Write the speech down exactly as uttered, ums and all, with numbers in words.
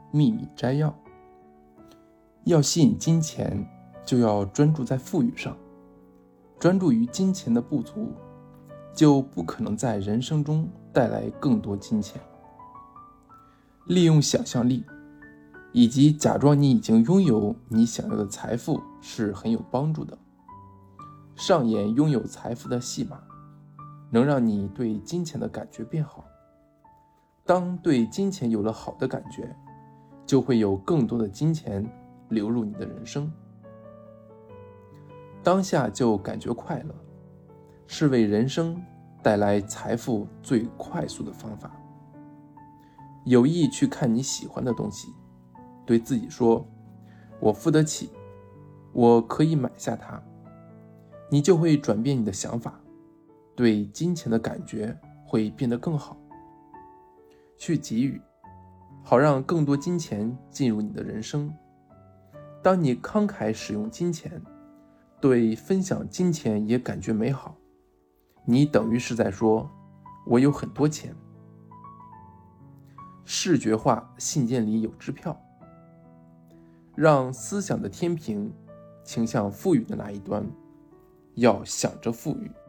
秘密摘要。要吸引金钱，就要专注在富裕上。专注于金钱的不足，就不可能在人生中带来更多金钱。利用想象力以及假装你已经拥有你想要的财富是很有帮助的。上演拥有财富的戏码，能让你对金钱的感觉变好。当对金钱有了好的感觉，就会有更多的金钱流入你的人生。当下就感觉快乐，是为人生带来财富最快速的方法。有意去看你喜欢的东西，对自己说，我付得起，我可以买下它。你就会转变你的想法，对金钱的感觉会变得更好。去给予，好让更多金钱进入你的人生。当你慷慨使用金钱，对分享金钱也感觉美好，你等于是在说，我有很多钱。视觉化信件里有支票，让思想的天平倾向富裕的那一端，要想着富裕。